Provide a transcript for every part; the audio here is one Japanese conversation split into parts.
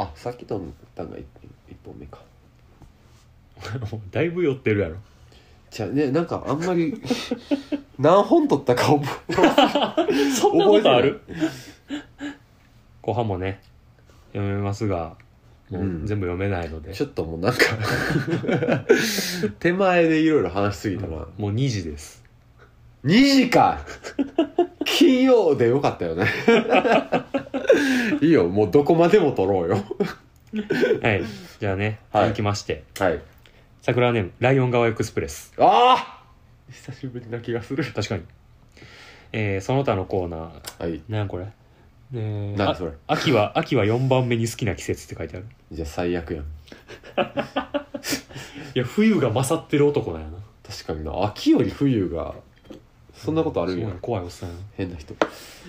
あ、さっきとったんが1本目か。 だいぶ寄ってるやろ。 じゃあね、なんかあんまり何本取ったかそんなことある？後半もね読めますが、もう全部読めないので、 ちょっともうなんか手前でいろいろ話しすぎたな、 もう2時です。 2時か金曜でよかったよねいいよ、もうどこまでも撮ろうよはい、じゃあね、 はい続きましてはい。 桜ネームライオン川エクスプレス。 ああ久しぶりな気がする。 確かに、その他のコーナー、 はい。 なんこれ、 何それ。 秋は4番目に好きな季節って書いてある。 じゃあ最悪やん。 いや冬が勝ってる男なんやな。 確かにな、秋より冬がそんなことあるんや、 すごい怖いおっさんやな。 変な人。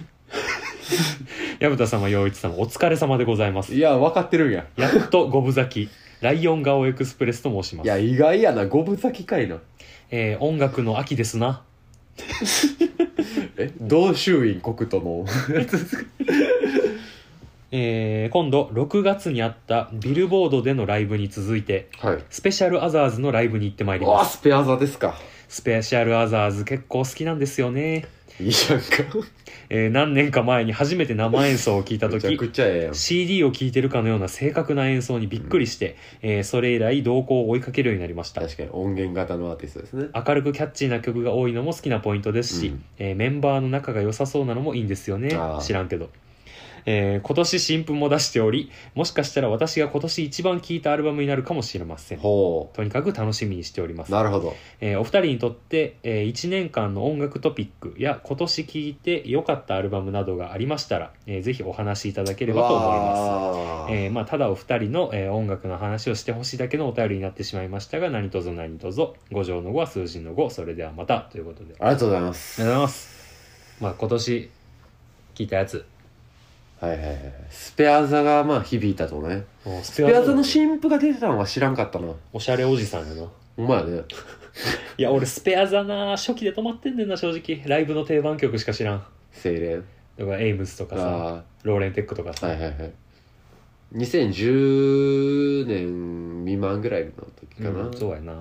矢蓋様陽一様お疲れ様でございます。 いや分かってるんや。 やっと五分咲きライオン顔エクスプレスと申します。 いや意外やな、五分咲きかいな。 音楽の秋ですな。 同州院国との今度6月にあったビルボードでのライブに続いてはい。 スペシャルアザーズのライブに行ってまいりわます。 あスペアザですか。 スペシャルアザーズ結構好きなんですよね。 いいじゃんか。 何年か前に初めて生演奏を聞いためちゃ時くちゃええやん。 CD を聴いてるかのような正確な演奏にびっくりして、それ以来動向を追いかけるようになりました。 確かに音源型のアーティストですね。 明るくキャッチーな曲が多いのも好きなポイントですし、メンバーの仲が良さそうなのもいいんですよね。 あー知らんけど、今年新譜も出しており、もしかしたら私が今年一番聴いたアルバムになるかもしれません。 ほとにかく楽しみにしております。 う。なるほど。 お二人にとって、1年間の音楽トピックや今年聴いて良かったアルバムなどがありましたら、ぜひお話しいただければと思います。ただお二人の、音楽の話をしてほしいだけのお便りになってしまいましたが、何卒何卒、五条の5は数字の5、それではまたということで、 ありがとうございます。 ありがとうございます。今年聴いたやつ、 はいはいはい。スペアザがまあ響いたとね。 ススペアザの新譜が出てたのは知らんかったな。 おしゃれおじさんやな。 お前やね。 いや俺スペアザな初期で止まってんねんな、正直。ライブの定番曲しか知らん。 精霊。 だからエイムスとかさ、ローレンテックとかさ、 はいはいはい。2010年未満ぐらいの時かな。 そうやな。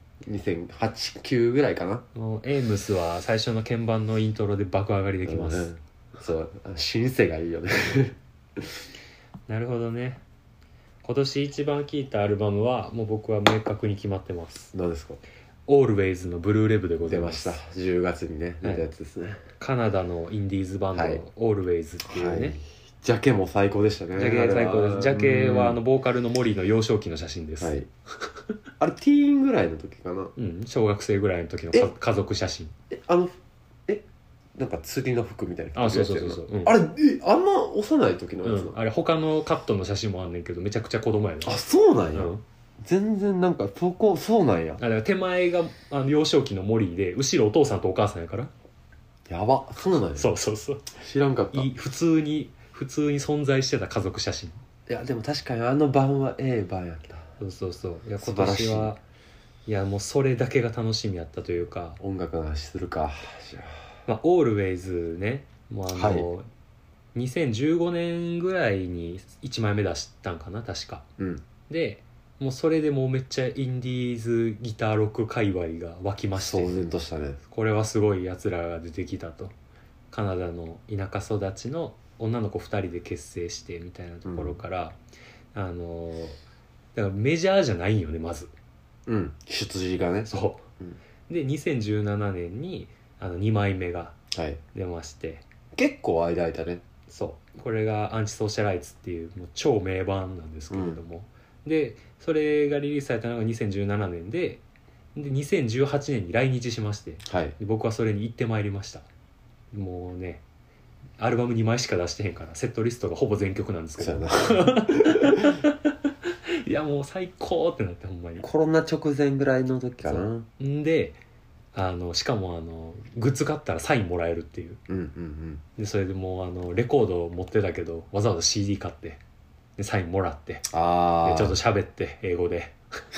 2008、9ぐらいかな。 エイムスは最初の鍵盤のイントロで爆上がりできます。 そう、シンセがいいよね。 なるほどね。今年一番聴いたアルバムはもう僕は明確に決まってます。 何ですか。 Always のブルーレブでございます。 出ました。10月にね出たやつですね。 カナダのインディーズバンド、Always っていうね、 ジャケも最高でしたね。 ジャケ最高です。ジャケはボーカルのモリーの幼少期の写真です。 あれティーンぐらいの時かな。 小学生ぐらいの時の家族写真。 なんか釣りの服みたいな。 そう、 あれあんま幼い時のやつな。 あれ他のカットの写真もあんねんけどめちゃくちゃ子供やね。 あ、そうなんや。全然なんかそうなんや。 だから手前が幼少期のモリーで後ろお父さんとお母さんやから。 やば、そうなんや。 そう知らんかった。 普通に存在してた家族写真。 いやでも確かにあの版は版やった。 そういや今年はいやもうそれだけが楽しみやったというか。 音楽の話するか。 Always ね、もう2015年ぐらいに1枚目出したんかな確か。でもうそれでもうめっちゃインディーズギターロック界隈が湧きまして、 騒然としたね。これはすごいやつらが出てきたと。カナダの田舎育ちの女の子2人で結成してみたいなところから、だからメジャーじゃないんよねまず。 出自がね。 そう、で2017年に2枚目が出まして、 結構間空いたね。 そうこれがアンチソーシャライツっていうもう超名盤なんですけれども、でそれがリリースされたのが2017年で2018年に来日しまして、僕はそれに行ってまいりました。もうねアルバム2枚しか出してへんからセットリストがほぼ全曲なんですけどいやもう最高ってなって、ほんまにコロナ直前ぐらいの時かな。 でしかもグッズ買ったらサインもらえるっていう、でそれでもうレコード持ってたけどわざわざ CD 買ってでサインもらってでちょっと喋って英語で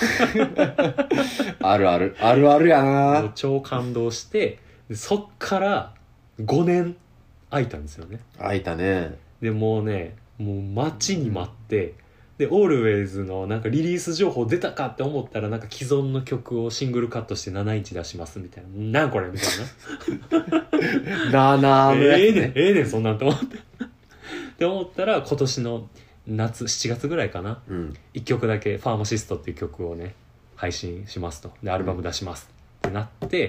あるあるやな。 超感動して、でそっから5年空いたんですよね。 空いたね。 でもうねもう待ちに待ってで Always のなんかリリース情報出たかって思ったらなんか既存の曲をシングルカットして7インチ出しますみたいな、なんこれみたいななあのやつね。 ええねんそんなんと思ってって思ったら今年の夏7月ぐらいかな、1曲だけ「ファーマシスト」っていう曲をね配信しますと、でアルバム出しますってなって、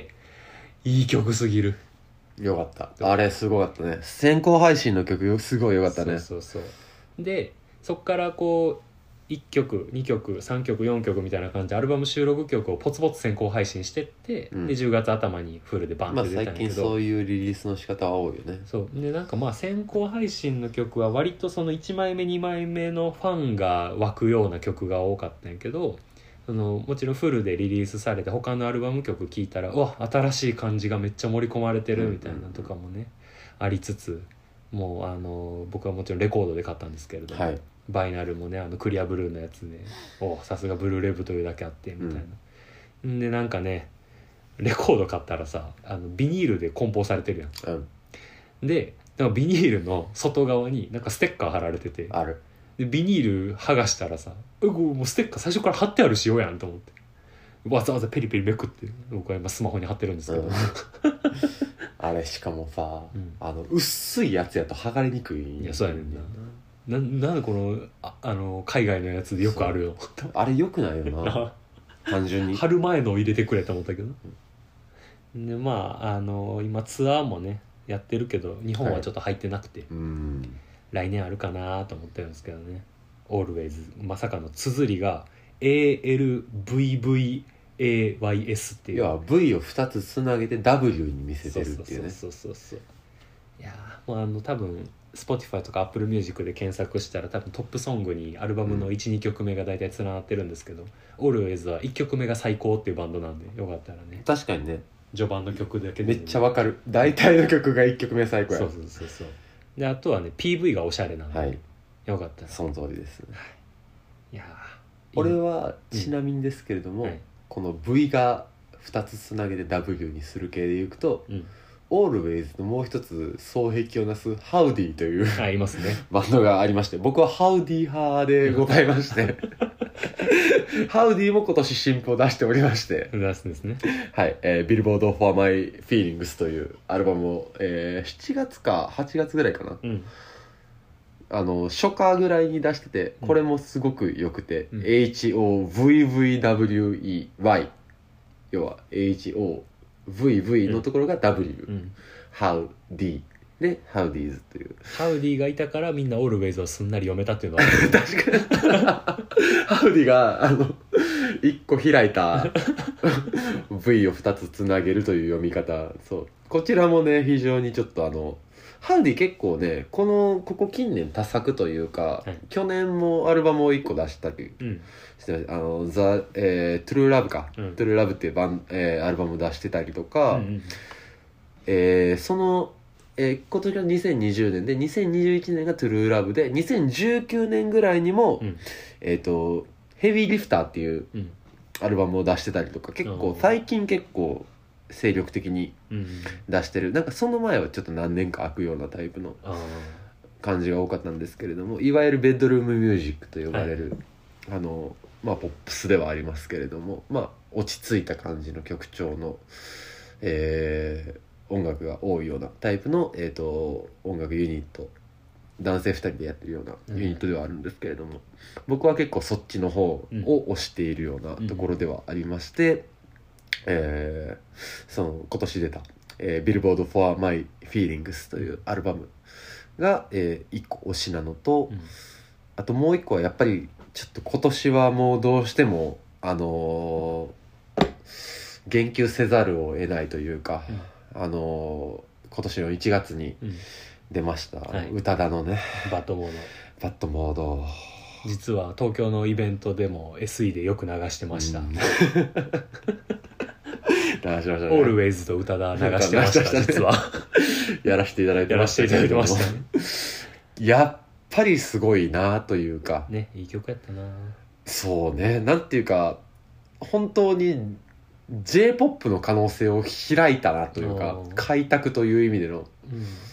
いい曲すぎる。 よかった。あれすごかったね。先行配信の曲すごいよかったね。 そうでそっからこう1曲2曲3曲4曲みたいな感じでアルバム収録曲をポツポツ先行配信してって、で10月頭にフルでバンって出たんだけど、 最近そういうリリースの仕方は多いよね。 そうでなんかまあ先行配信の曲は割とその1枚目2枚目のファンが湧くような曲が多かったんやけど、もちろんフルでリリースされて他のアルバム曲聴いたらうわ新しい感じがめっちゃ盛り込まれてるみたいなとかもね、ありつつ、もう僕はもちろんレコードで買ったんですけれども、バイナルもねクリアブルーのやつね、さすがブルーレブというだけあってみたいな、でなんかねレコード買ったらさビニールで梱包されてるやん、でなんかビニールの外側になんかステッカー貼られてて、 あるでビニール剥がしたらさもうステッカー最初から貼ってある仕様やんと思ってわざわざペリペリめくって僕は今スマホに貼ってるんですけど、 あれしかもさ、薄いやつやと剥がれにくい。 いやそうやねんなんでこの海外のやつでよくあるよあれよくないよな単純に貼る前のを入れてくれと思ったけど、でまあ今ツアーもねやってるけど日本はちょっと入ってなくて、来年あるかなと思ってるんですけどね。 Always まさかの綴りが ALVVAYS っていう、 要は V を2つつなげて W に見せてるっていうね。 そういやもう多分 Spotify とか Apple Music で検索したら多分トップソングにアルバムの 1,2 曲目が大体つながってるんですけど、Always は1曲目が最高っていうバンドなんでよかったらね。 確かにね、 序盤の曲だけでめっちゃわかる。大体の曲が1曲目最高や。 そうであとはね PV がおしゃれなんで、よかったらその通りですね。 いや俺はちなみにですけれども、この V が2つつなげて W にする系でいくと、Always のもう一つ双璧をなす Howdy といういますねバンドがありまして、僕は Howdy 派でございましてHowdy も今年新譜を出しておりまして、 出すんですね。 はい、Billboard for My Feelings というアルバムを、7月か8月ぐらいかな、初夏ぐらいに出してて、これもすごく良くて、HOVVWEY 要は HOVV のところが W、Howdy で Howdies という、 ハウディがいたからみんな Always をすんなり読めたっていうのは確かにハウディが1個開いた V を2つつなげるという読み方。そうこちらもね非常にちょっとハウディ結構ねここ近年多作というか、去年もアルバムを1個出したりしてました。トゥルーラブか、トゥルーラブっていうアルバムを出してたりとか、その今年が2020年で2021年がトゥルーラブで、2019年ぐらいにも、ヘビーリフターっていうアルバムを出してたりとか、結構最近結構精力的に出してる。なんかその前はちょっと何年か空くようなタイプの感じが多かったんですけれども、いわゆるベッドルームミュージックと呼ばれる、ポップスではありますけれども、落ち着いた感じの曲調の、音楽が多いようなタイプの、音楽ユニット、男性2人でやってるようなユニットではあるんですけれども、僕は結構そっちの方を推しているようなところではありまして、その今年出た、Billboard for My Feelings というアルバムが、1個推しなのと、あともう1個はやっぱりちょっと今年はもうどうしても言及せざるを得ないというか、今年の1月に出ました、宇多田のねバッドモード。実は東京のイベントでも SE でよく流してました、流しましたね。Always と宇多田流してました実はやらせていただいてましたけども、やっぱりすごいなというかね、いい曲やったな。 そうね、なんていうか本当にJ-POP の可能性を開いたなというか、開拓という意味での、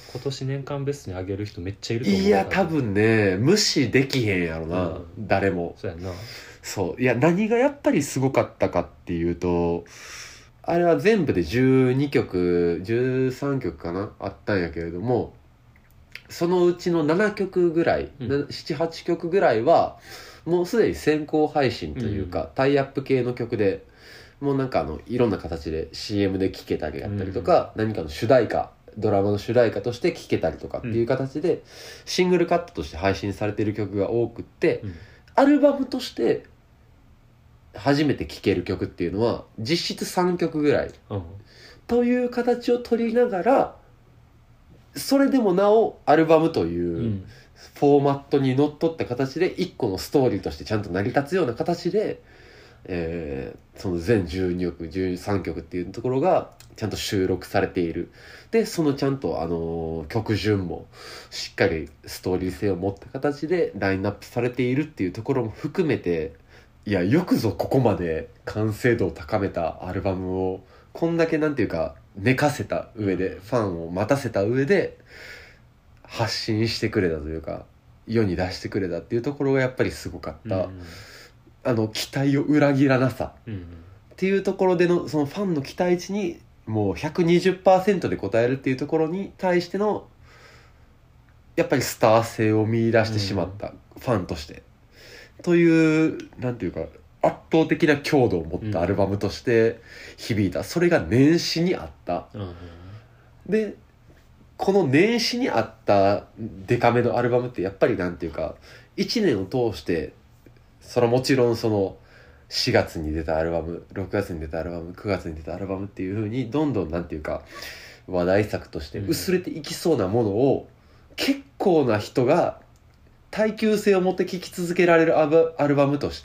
今年年間ベストに上げる人めっちゃいると思う。 いや多分ね無視できへんやろな、誰も。 そうやな。 そういや何がやっぱりすごかったかっていうと、あれは全部で12曲13曲かなあったんやけれども、そのうちの7曲ぐらい、7,8曲ぐらいはもうすでに先行配信というか、タイアップ系の曲でもうなんかいろんな形で CM で聴けたりやったりとか、何かの主題歌、ドラマの主題歌として聴けたりとかっていう形で、シングルカットとして配信されている曲が多くって、アルバムとして初めて聴ける曲っていうのは実質3曲ぐらい、という形を取りながら、それでもなおアルバムというフォーマットにのっとった形で1個のストーリーとしてちゃんと成り立つような形で、その全12曲13曲っていうところがちゃんと収録されている。でそのちゃんと曲順もしっかりストーリー性を持った形でラインナップされているっていうところも含めて、いやよくぞここまで完成度を高めたアルバムをこんだけなんていうか寝かせた上で、ファンを待たせた上で発信してくれたというか世に出してくれたっていうところがやっぱりすごかった、期待を裏切らなさっていうところでのそのファンの期待値にもう 120% で応えるっていうところに対してのやっぱりスター性を見出してしまった、ファンとしてというなんていうか圧倒的な強度を持ったアルバムとして響いた、それが年始にあった、でこの年始にあったデカめのアルバムってやっぱりなんていうか1年を通してそれはもちろんその4月に出たアルバム、6月に出たアルバム、9月に出たアルバムっていう風にどんどんなんていうか話題作として薄れていきそうなものを、結構な人が耐久性を持って聴き続けられるアルバムとして、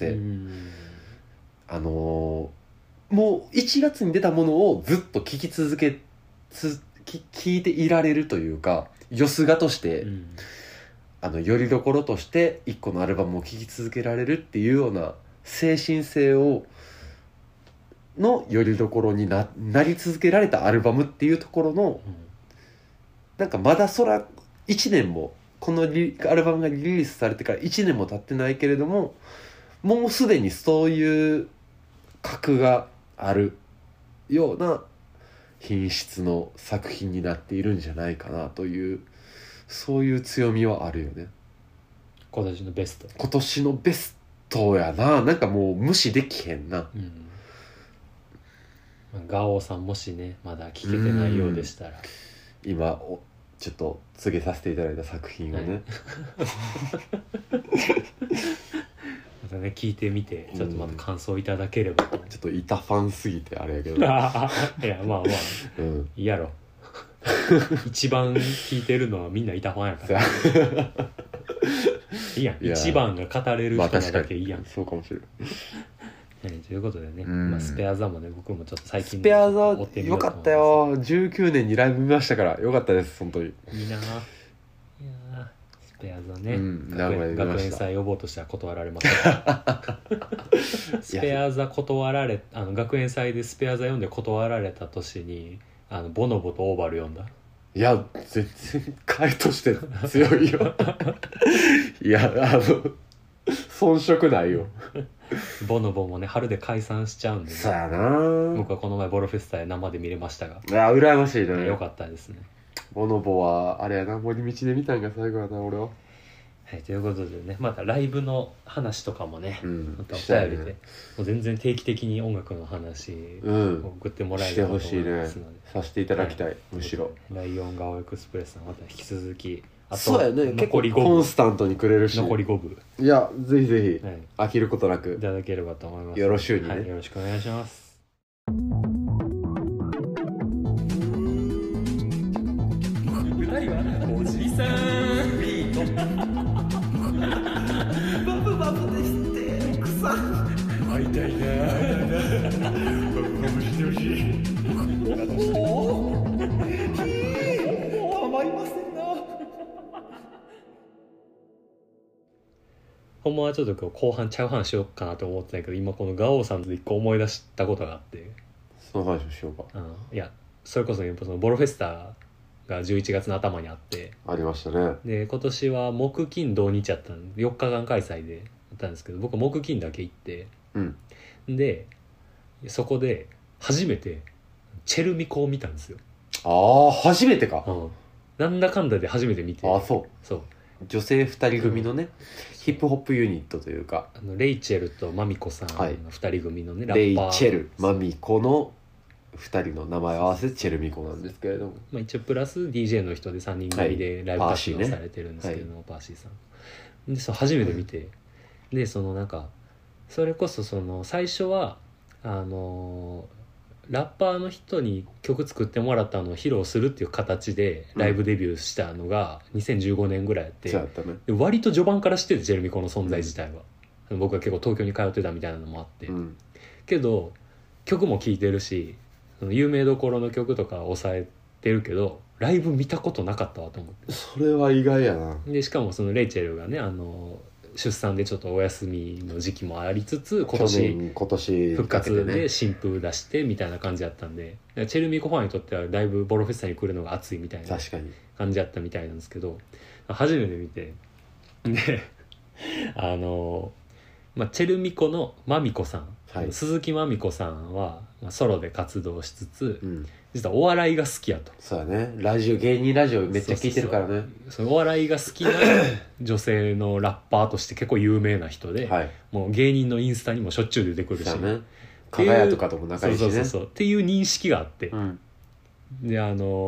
もう1月に出たものをずっと聴き続け聴いていられるというか、よすがとして、よりどころとして1個のアルバムを聴き続けられるっていうような精神性のよりどころに なり続けられたアルバムっていうところの、なんかまだ1年もこのアルバムがリリースされてから1年も経ってないけれども、もうすでにそういう格があるような品質の作品になっているんじゃないかなという、そういう強みはあるよね。 今年のベストやな。なんかもう無視できへんな。 ガオさんもしねまだ聞けてないようでしたら、 今ちょっと告げさせていただいた作品をね、 またね聞いてみてちょっとまた感想いただければと、 ちょっとイタファンすぎてあれやけどいやまあいいやろ一番聞いてるのはみんなイタファンやからいいやん、一番が語れる人なだけいいやん、 そうかもしれない、 ということでね、スペアザもね僕もちょっと最近スペアザよかったよ。19年にライブ見ましたからよかったです。本当にいいな。いやスペアザね、学園祭呼ぼうとしたら断られましたスペアザ断られ学園祭でスペアザ読んで断られた年にボノボとオーバル読んだ。 いや全然回として強いよいや遜色ないよボノボもね春で解散しちゃうんで、ね、 そうやな。 僕はこの前ボロフェスタで生で見れましたが、 いや羨ましいね。 よかったですね。 ボノボはあれやな、森道で見たんが最後やな俺は。 はい、ということでね、またライブの話とかもね、またお便りで、もう全然定期的に音楽の話を送ってもらえればと思いますので、 させていただきたい、むしろライオンガオエクスプレスさんまた引き続き、あとそうやね、結構コンスタントにくれるし、 残り5部、 いやぜひぜひ、飽きることなくいただければと思います。 よろしゅうにね、 よろしくお願いします。2人はおじさんビートバブバブですって奥さん会いたいなバブバブしてほしいおおたまりませんな。ほんまはちょっと今日後半ちゃう話しようかなと思ってたけど、今このガオさんと一個思い出したことがあって、 その話をしようか。 いやそれこそやっぱそのボロフェスタが11月の頭にあって、 ありましたね。 で今年は木金土日やったんで4日間開催でやったんですけど、僕は木金だけ行って、 うん、 でそこで初めてチェルミコを見たんですよ。 ああ初めてか、 なんだかんだで初めて見て。そう女性2人組のね、ヒップホップユニットというか、 レイチェルとマミコさんの2人組のね、 ラッパーレイチェルマミコの2人の名前を合わせてチェルミコなんですけれども、 一応プラス DJ の人で3人組でライブ活動されてるんですけど、パーシーさんで初めて見て、でそのなんかそれこそその最初はラッパーの人に曲作ってもらったのを披露するっていう形でライブデビューしたのが2015年ぐらいやって、で割と序盤から知っててジェルミコの存在自体は、僕は結構東京に通ってたみたいなのもあって、けど曲も聴いてるしその有名どころの曲とか抑えてるけどライブ見たことなかったわと思って。 それは意外やな。 でしかもそのレイチェルがね出産でちょっとお休みの時期もありつつ今年復活で新風出してみたいな感じだったんで、チェルミコファンにとってはだいぶボロフェスタに来るのが熱いみたいな感じだったみたいなんですけど、初めて見てでチェルミコのマミコさん、鈴木まみこさんはソロで活動しつつ、実はお笑いが好きやと。 そうだね、芸人ラジオめっちゃ聞いてるからね。 そのお笑いが好きな女性のラッパーとして結構有名な人で、もう芸人のインスタにもしょっちゅう出てくるし、 かがやとかとも仲いいしね。 そうっていう認識があって、で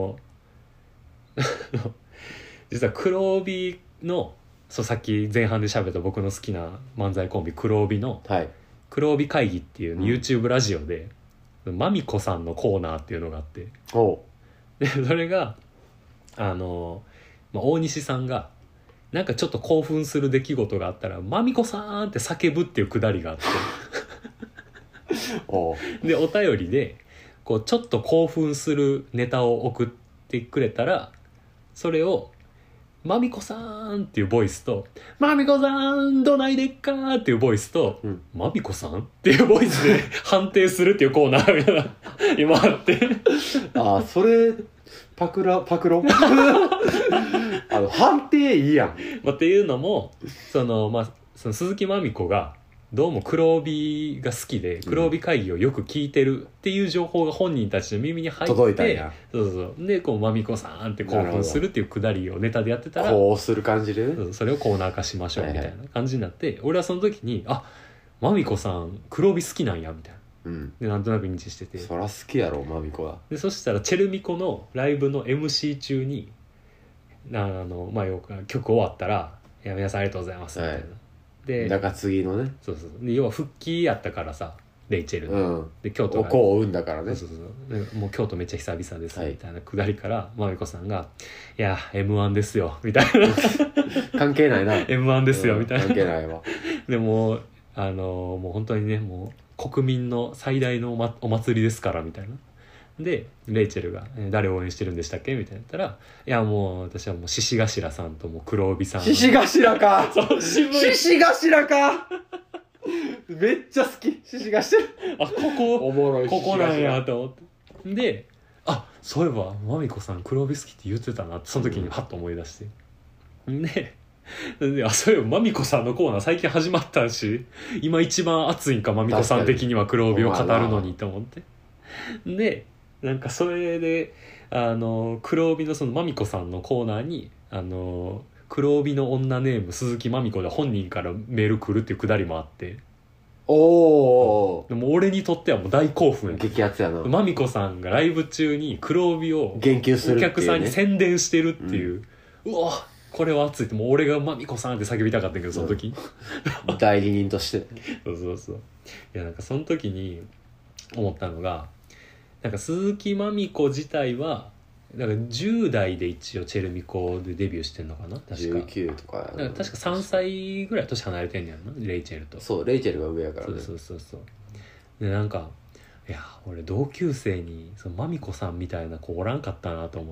実は黒帯のさっき前半で喋った僕の好きな漫才コンビ黒帯の黒帯会議っていう、YouTube ラジオでまみこさんのコーナーっていうのがあって、でそれが大西さんがなんかちょっと興奮する出来事があったらまみこさんって叫ぶっていうくだりがあってでお便りでこうちょっと興奮するネタを送ってくれたらそれをまみこさんっていうボイスとまみこさんどないでっかっていうボイスと、まみこさんっていうボイスで判定するっていうコーナーが今あってそれパクロ判定いいやん、 っていうのもその鈴木まみこがどうも黒帯が好きで黒帯会議をよく聞いてるっていう情報が本人たちの耳に入って届いたんや。 そうでこうまみこさんって興奮するっていうくだりをネタでやってたらこうする感じで、 それをコーナー化しましょうみたいな感じになって、俺はその時にまみこさん黒帯好きなんやみたいな、でなんとなく認知してて、 そら好きやろまみこは。 でそしたらチェルミコのライブの MC 中に曲終わったら「いや皆さんありがとうございます」みたいな、で中継ぎのね、 で要は復帰やったからさレイチェルの、で京都がお子を産んだからね、 もう京都めっちゃ久々ですみたいなくだりからまみこさんが「いや M1 ですよ」みたいな関係ないな M1 ですよみたいな、 関係ないわでももう本当にねもう国民の最大のお祭りですからみたいな。でレイチェルが「誰を応援してるんでしたっけ?」みたいな言ったら「いやもう私はもう獅子頭さんともう黒帯さん」 獅子頭かそう渋い獅子頭かめっちゃ好き獅子頭おもろいここなんやと思ってでそういえばまみこさん黒帯好きって言ってたなってその時にハッと思い出して、でそういえばまみこさんのコーナー最近始まったし今一番熱いんかまみこさん的には黒帯を語るのにと思ってでなんかそれで黒帯のそのまみこさんのコーナーに黒帯の女ネーム鈴木まみこで本人からメール来るっていうくだりもあって、でも俺にとってはもう大興奮や激アツやな。 まみこさんがライブ中に黒帯を言及するっていう、ね、 お客さんに宣伝してるっていう、うわこれは熱いってもう俺がまみこさんって叫びたかったけどその時、 代理人としてそういやなんかその時に思ったのがなんか鈴木まみこ自体はなんか10代で一応チェルミコでデビューしてんのかな確か 19とか確か3歳ぐらい年離れてんねやんなレイチェルと。 そうレイチェルが上やからね。 そうでなんかいや俺同級生にそのまみこさんみたいな子おらんかったなと思って、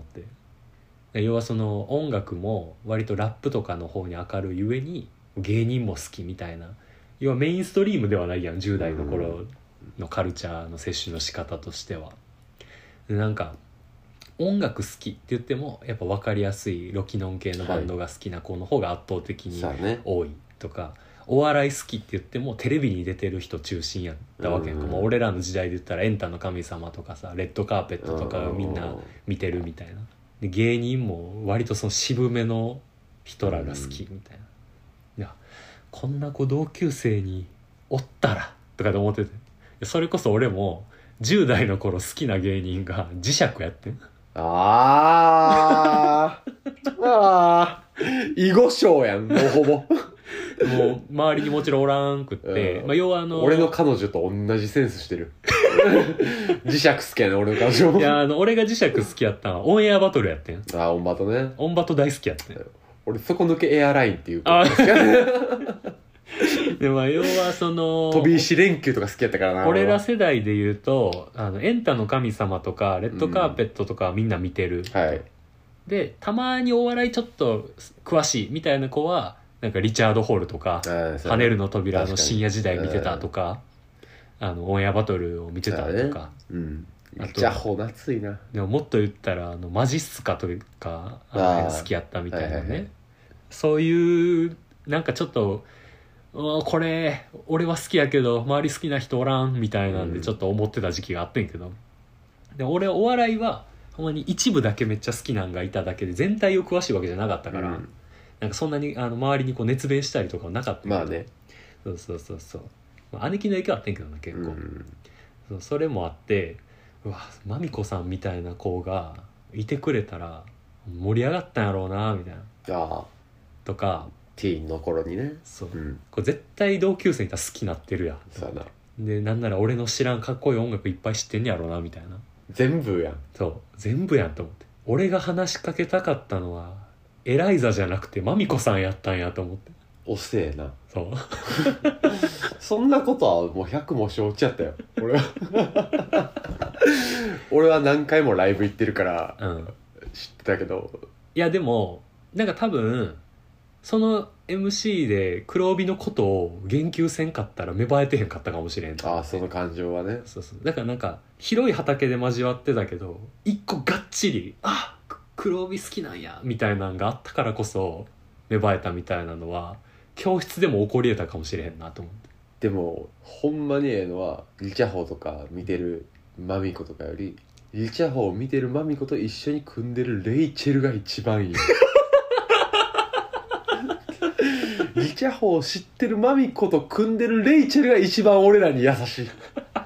要はその音楽も割とラップとかの方に明るいゆえに芸人も好きみたいな、要はメインストリームではないやん10代の頃のカルチャーの摂取の仕方としては。でなんか音楽好きって言ってもやっぱ分かりやすいロキノン系のバンドが好きな子の方が圧倒的に多いとか、お笑い好きって言ってもテレビに出てる人中心やったわけやんか、もう俺らの時代で言ったらエンタの神様とかさ、レッドカーペットとかみんな見てるみたいな。で芸人も割とその渋めの人らが好きみたいな、いやこんな子同級生におったらとかで思ってて、それこそ俺も10代の頃好きな芸人が磁石やってん。 あ囲碁将やん、もうほぼもう周りにもちろんおらんくって、要は俺の彼女と同じセンスしてる磁石好きやね俺の彼女も。 いや俺が磁石好きやったのはオンエアバトルやってん。 オンバトね。 オンバト大好きやってん。 俺底抜けエアラインっていうでも要はその飛び石連休とか好きやったからな。 俺ら世代で言うとエンタの神様とかレッドカーペットとかみんな見てる、 はい。 でたまにお笑いちょっと詳しいみたいな子はなんかリチャード・ホールとか跳ねるの扉の深夜時代見てたとか、オンエアバトルを見てたとか、 リチャーホー夏いな。 でももっと言ったらマジッスカとか好きやったみたいなね、そういうなんかちょっとこれ俺は好きやけど周り好きな人おらんみたいなんでちょっと思ってた時期があってんけど、で俺お笑いはほんまに一部だけめっちゃ好きなんがいただけで全体を詳しいわけじゃなかったから、なんかそんなに周りにこう熱弁したりとかはなかったけど、 まあね、 そう、姉貴の影響あってんけどな結構、それもあって、うわまみこさんみたいな子がいてくれたら盛り上がったんやろうなみたいなとか、 ティーンの頃にね、 そう、これ絶対同級生いたら好きなってるやん。 そうだ。 でなんなら俺の知らんかっこいい音楽いっぱい知ってんねやろうなみたいな。 全部やん。 そう全部やんと思って、俺が話しかけたかったのはエライザじゃなくてマミコさんやったんやと思って。 おせえな。 そうそんなことはもう100も承知やったよ俺は俺は何回もライブ行ってるから知ってたけど、 いやでもなんか多分その MC で黒帯のことを言及せんかったら芽生えてへんかったかもしれん。 その感情はね。 そうだからなんか広い畑で交わってたけど一個がっちり黒帯好きなんやみたいなのがあったからこそ芽生えたみたいなのは教室でも起こり得たかもしれへんなと思って。 でもほんまにええのはリチャホとか見てるマミコとかよりリチャホを見てるマミコと一緒に組んでるレイチェルが一番いいリチャホを知ってるマミコと組んでるレイチェルが一番俺らに優しい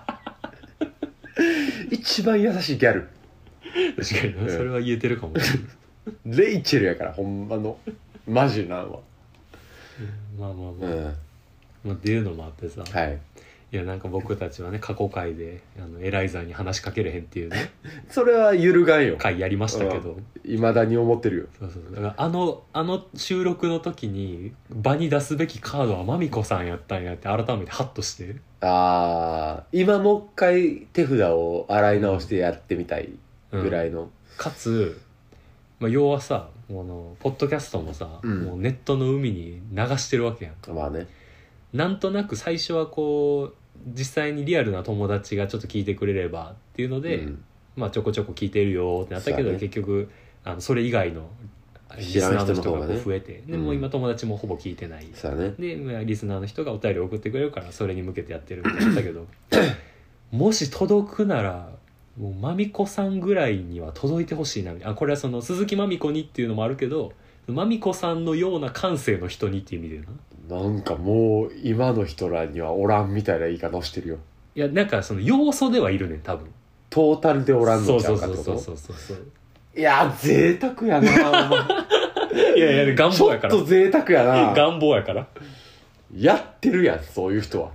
一番優しいギャル。 確かにな、それは言えてるかもしれないレイチェルやからほんまのマジなんは、 まあっていうのもあってさ、いやなんか僕たちはね過去回でエライザに話しかけれへんっていうねそれは揺るがんよ回やりましたけど、 未だに思ってるよ。 そうだからあの収録の時に場に出すべきカードはマミコさんやったんやって改めてハッとして、 今もう一回手札を洗い直してやってみたいぐらいの、 かつ、要はさポッドキャストもさ、もうネットの海に流してるわけやん。 まあね、 なんとなく最初はこう実際にリアルな友達がちょっと聞いてくれればっていうので、ちょこちょこ聞いてるよってなったけど、結局それ以外のリスナーの人が増えて、でもう今友達もほぼ聞いてない、でリスナーの人がお便り送ってくれるからそれに向けてやってるみたいなだけどもし届くならもうまみこさんぐらいには届いてほしいなみたいな。これはその鈴木まみこにっていうのもあるけど、まみこさんのような感性の人にっていう意味でなんかもう今の人らにはおらんみたいな言い方してるよ。 いやなんかその要素ではいるねん多分。 トータルでおらんのちゃうかってこと。そういや贅沢やないや願望やから。 ちょっと贅沢やな願望やからやってるやんそういう人は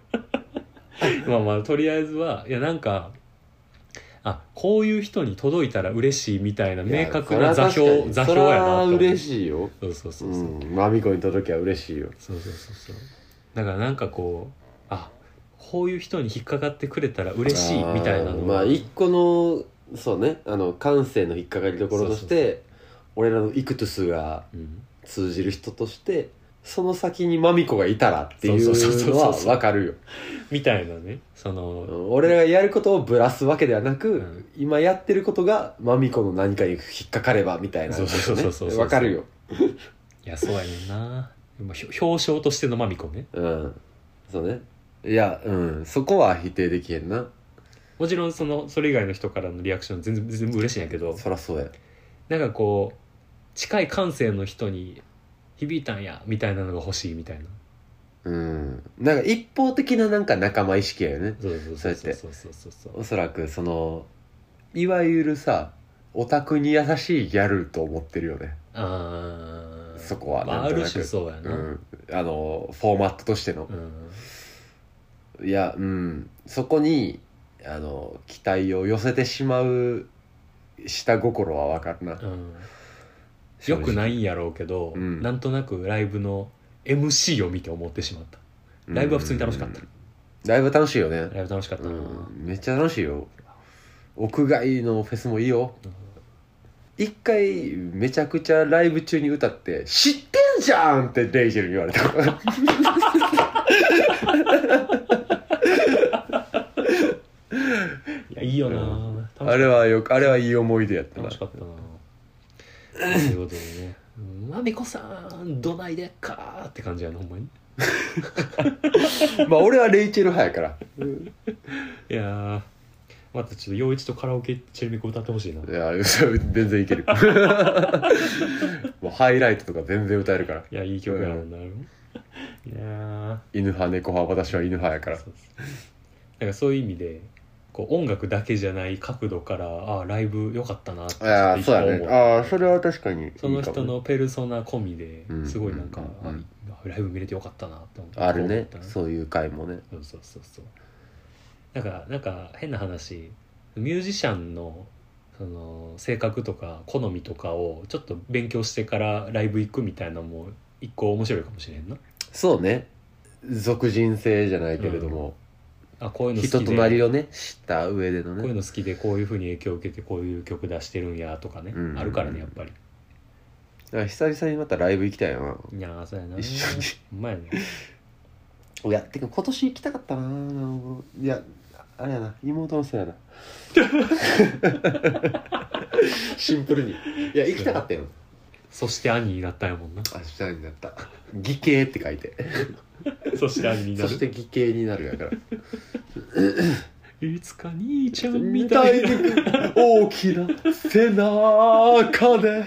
とりあえずはいやなんかこういう人に届いたら嬉しいみたいな明確な座標やなと。それは嬉しいよ。マミコに届けば嬉しいよ。 そうだからなんかこういう人に引っかかってくれたら嬉しいみたいなの一個のそうね感性の引っかかりどころとして俺らのイクトゥスが通じる人としてその先にマミコがいたらっていうのは分かるよみたいなね、 俺らがやることをぶらすわけではなく、今やってることがマミコの何かに引っかかればみたいな、ね、分かるよいやそうやねんな。表彰としてのマミコね。 そうね。いやそこは否定できへんな。 もちろんそれ以外の人からのリアクション全部嬉しいんやけど、 そらそうや。 なんかこう近い感性の人に響いたんやみたいなのが欲しいみたいな。 なんか一方的ななんか仲間意識やよね。そうやっておそらくいわゆるさオタクに優しいギャルと思ってるよね。そこはある種そうやな、 フォーマットとしての、いやそこに期待を寄せてしまう下心は分かるな。 よくないんやろうけど、なんとなくライブの MC を見て思ってしまった。ライブは普通に楽しかった。 ライブ楽しいよね。 ライブ楽しかったな、 めっちゃ楽しいよ。屋外のフェスもいいよ。一回めちゃくちゃライブ中に歌って知ってんじゃんってレイジェルに言われたいやいいよな、 あれはいい思い出やったな。 楽しかったなということでね、まみこさんどないでっかって感じやなほんまにまあ俺はレイチェル派やからいやまたちょっと陽一とカラオケチェルミコ歌ってほしいな。 いや全然いけるもうハイライトとか全然歌えるから。 いやいい曲やなんだろう、いや犬派猫派、私は犬派やから。 だからそういう意味でこう音楽だけじゃない角度からライブ良かったなってそうやね。それは確かにいいかもね。 その人のペルソナ込みですごいなんか、ライブ見れてよかったなって思って。 あるね、そういう回もね。 そうなんか変な話、ミュージシャンの性格とか好みとかをちょっと勉強してからライブ行くみたいなのも一個面白いかもしれんな。 そうね、属人性じゃないけれども、 こういうの好きで人となりをね知った上でのね、 こういうの好きでこういう風に影響を受けてこういう曲出してるんやとかね、あるからねやっぱり。 だから久々にまたライブ行きたいな。 いやそうやな、 一緒にうまいね。 いやてか今年行きたかったな。いやあれやな、妹のせいやなシンプルに。いや行きたかったよ。 そして兄になったんやもんな。 そして兄になった。義兄って書いてそして兄になる。 そして義兄になるやからいつか兄ちゃんみたいな大きな背中で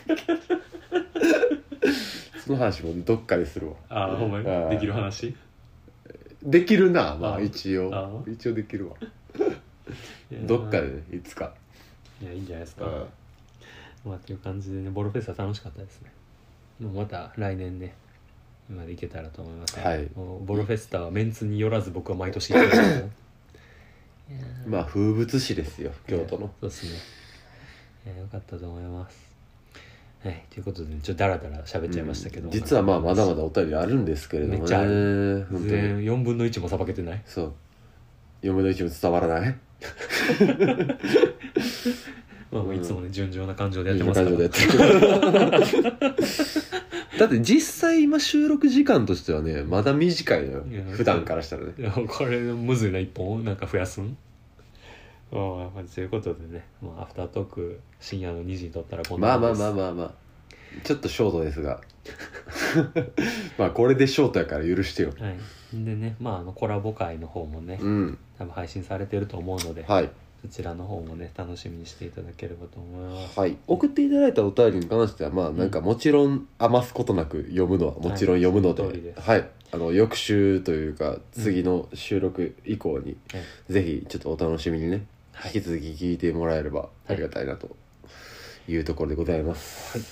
その話もどっかでするわ。 ほんまにできる話できるな。一応できるわどっかでね、いつか。 いやいいんじゃないですか。っていう感じでね、ボロフェスは楽しかったですね。もうまた来年ねまで行けたらと思います、もうボロフェスタはメンツによらず僕は毎年行ってる風物詩ですよ京都の。 そうですね、よかったと思います。ということで、ちょっとダラダラ喋っちゃいましたけど、 実はまだまだお便りあるんですけれどもね。めっちゃある。 4分の1もさばけてない。 そう4分の1も伝わらないいつもね純情な感情でやってますからだって実際今収録時間としてはねまだ短いのよ、普段からしたらね。 これむずいな、1本なんか増やすん。ということでね、アフタートーク深夜の2時に撮ったらこんなです。 まあちょっとショートですがこれでショートやから許してよ。 でね、コラボ会の方もね、多分配信されてると思うので、そちらの方もね楽しみにしていただければと思います。 送っていただいたお便りに関してはなんかもちろん余すことなく読むのはもちろん読むので、翌週というか次の収録以降にぜひちょっとお楽しみにね、引き続き聞いてもらえればありがたいなというところでございます。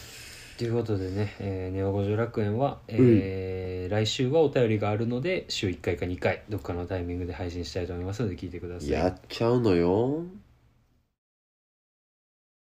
ということでね、ネオ五条楽園は、来週はお便りがあるので週1回か2回どっかのタイミングで配信したいと思いますので聞いてください。 やっちゃうのよ。